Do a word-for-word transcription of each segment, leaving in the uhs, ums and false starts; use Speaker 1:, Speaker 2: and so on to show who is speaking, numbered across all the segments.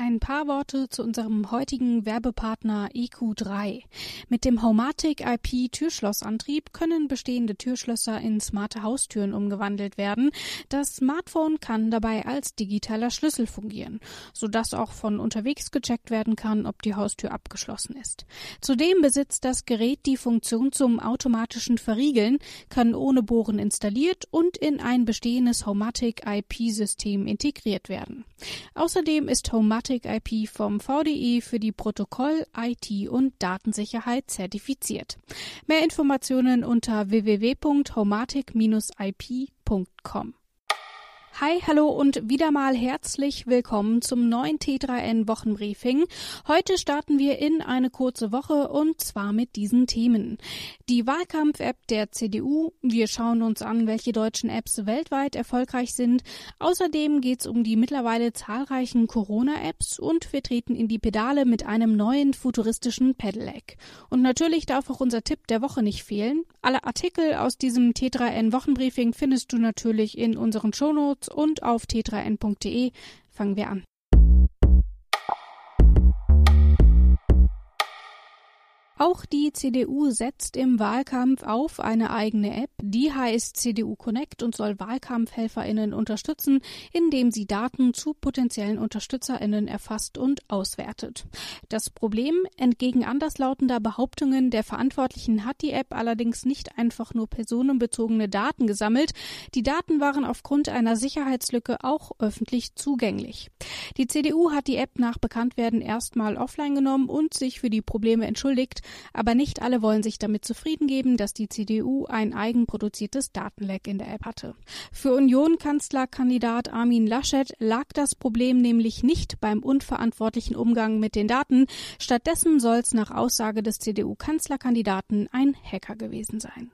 Speaker 1: ein paar Worte zu unserem heutigen Werbepartner E Q drei. Mit dem Homematic I P Türschlossantrieb können bestehende Türschlösser in smarte Haustüren umgewandelt werden. Das Smartphone kann dabei als digitaler Schlüssel fungieren, sodass auch von unterwegs gecheckt werden kann, ob die Haustür abgeschlossen ist. Zudem besitzt das Gerät die Funktion zum automatischen Verriegeln, kann ohne Bohren installiert und in ein bestehendes Homematic I P-System integriert werden. Außerdem ist Homematic I P vom V D I für die Protokoll-, I T- und Datensicherheit zertifiziert. Mehr Informationen unter w w w punkt homematic Bindestrich I P punkt com. Hi, hallo und wieder mal herzlich willkommen zum neuen T drei N Wochenbriefing. Heute starten wir in eine kurze Woche und zwar mit diesen Themen. Die Wahlkampf-App der C D U, wir schauen uns an, welche deutschen Apps weltweit erfolgreich sind. Außerdem geht's um die mittlerweile zahlreichen Corona-Apps und wir treten in die Pedale mit einem neuen futuristischen Pedelec. Und natürlich darf auch unser Tipp der Woche nicht fehlen. Alle Artikel aus diesem T drei N Wochenbriefing findest du natürlich in unseren Shownotes und auf t drei n punkt d e. Fangen wir an. Auch die C D U setzt im Wahlkampf auf eine eigene App, die heißt C D U Connect und soll WahlkampfhelferInnen unterstützen, indem sie Daten zu potenziellen UnterstützerInnen erfasst und auswertet. Das Problem, entgegen anderslautender Behauptungen der Verantwortlichen hat die App allerdings nicht einfach nur personenbezogene Daten gesammelt, die Daten waren aufgrund einer Sicherheitslücke auch öffentlich zugänglich. Die C D U hat die App nach Bekanntwerden erstmal offline genommen und sich für die Probleme entschuldigt. Aber nicht alle wollen sich damit zufrieden geben, dass die C D U ein eigenproduziertes Datenleck in der App hatte. Für Union-Kanzlerkandidat Armin Laschet lag das Problem nämlich nicht beim unverantwortlichen Umgang mit den Daten. Stattdessen soll es nach Aussage des C D U-Kanzlerkandidaten ein Hacker gewesen sein.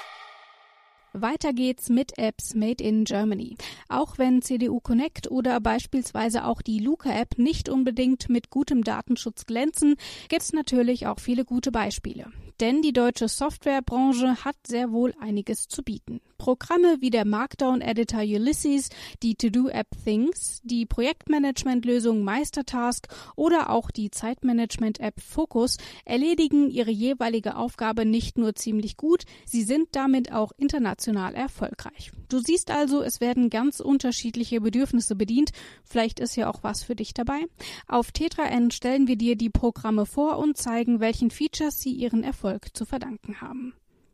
Speaker 1: Weiter geht's mit Apps made in Germany. Auch wenn C D U Connect oder beispielsweise auch die Luca-App nicht unbedingt mit gutem Datenschutz glänzen, gibt's natürlich auch viele gute Beispiele. Denn die deutsche Softwarebranche hat sehr wohl einiges zu bieten. Programme wie der Markdown-Editor Ulysses, die To-Do-App Things, die Projektmanagement-Lösung Meistertask oder auch die Zeitmanagement-App Focus erledigen ihre jeweilige Aufgabe nicht nur ziemlich gut, sie sind damit auch international erfolgreich. Du siehst also, es werden ganz unterschiedliche Bedürfnisse bedient. Vielleicht ist ja auch was für dich dabei. Auf T drei N stellen wir dir die Programme vor und zeigen, welchen Features sie ihren Erfolg zu verdanken haben.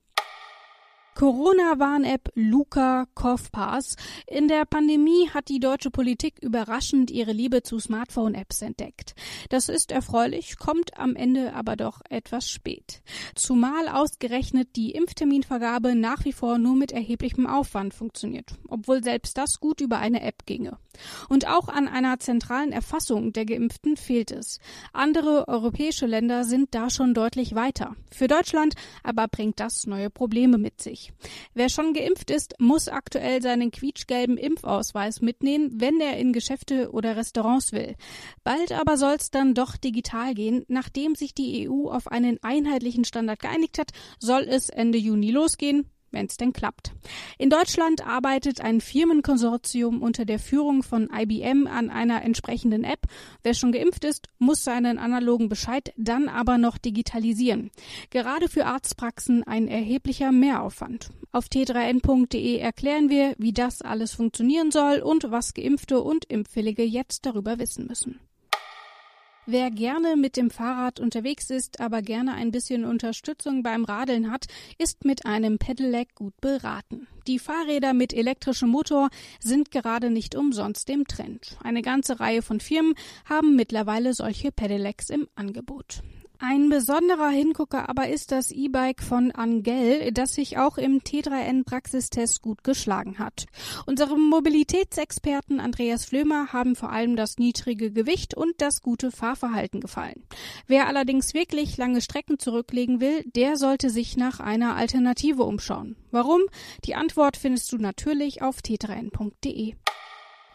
Speaker 1: Corona-Warn-App Luca CoughPass. In der Pandemie hat die deutsche Politik überraschend ihre Liebe zu Smartphone-Apps entdeckt. Das ist erfreulich, kommt am Ende aber doch etwas spät. Zumal ausgerechnet die Impfterminvergabe nach wie vor nur mit erheblichem Aufwand funktioniert, obwohl selbst das gut über eine App ginge. Und auch an einer zentralen Erfassung der Geimpften fehlt es. Andere europäische Länder sind da schon deutlich weiter. Für Deutschland aber bringt das neue Probleme mit sich. Wer schon geimpft ist, muss aktuell seinen quietschgelben Impfausweis mitnehmen, wenn er in Geschäfte oder Restaurants will. Bald aber soll es dann doch digital gehen. Nachdem sich die E U auf einen einheitlichen Standard geeinigt hat, soll es Ende Juni losgehen, wenn es denn klappt. In Deutschland arbeitet ein Firmenkonsortium unter der Führung von I B M an einer entsprechenden App. Wer schon geimpft ist, muss seinen analogen Bescheid dann aber noch digitalisieren. Gerade für Arztpraxen ein erheblicher Mehraufwand. Auf t drei n punkt d e erklären wir, wie das alles funktionieren soll und was Geimpfte und Impfwillige jetzt darüber wissen müssen. Wer gerne mit dem Fahrrad unterwegs ist, aber gerne ein bisschen Unterstützung beim Radeln hat, ist mit einem Pedelec gut beraten. Die Fahrräder mit elektrischem Motor sind gerade nicht umsonst im Trend. Eine ganze Reihe von Firmen haben mittlerweile solche Pedelecs im Angebot. Ein besonderer Hingucker aber ist das E-Bike von Angel, das sich auch im T drei N Praxistest gut geschlagen hat. Unserem Mobilitätsexperten Andreas Flömer haben vor allem das niedrige Gewicht und das gute Fahrverhalten gefallen. Wer allerdings wirklich lange Strecken zurücklegen will, der sollte sich nach einer Alternative umschauen. Warum? Die Antwort findest du natürlich auf t drei n punkt d e.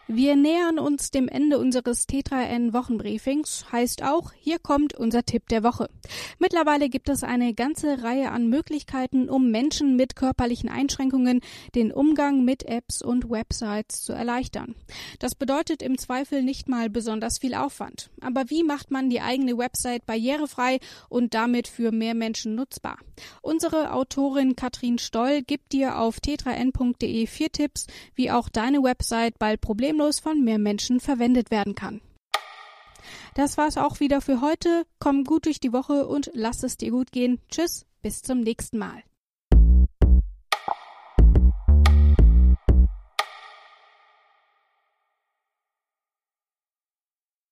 Speaker 1: Wir nähern uns dem Ende unseres T drei N Wochenbriefings, heißt auch, hier kommt unser Tipp der Woche. Mittlerweile gibt es eine ganze Reihe an Möglichkeiten, um Menschen mit körperlichen Einschränkungen den Umgang mit Apps und Websites zu erleichtern. Das bedeutet im Zweifel nicht mal besonders viel Aufwand. Aber wie macht man die eigene Website barrierefrei und damit für mehr Menschen nutzbar? Unsere Autorin Katrin Stoll gibt dir auf t drei n punkt de vier Tipps, wie auch deine Website bald problemlos von mehr Menschen verwendet werden kann. Das war's auch wieder für heute. Komm gut durch die Woche und lass es dir gut gehen. Tschüss, bis zum nächsten Mal.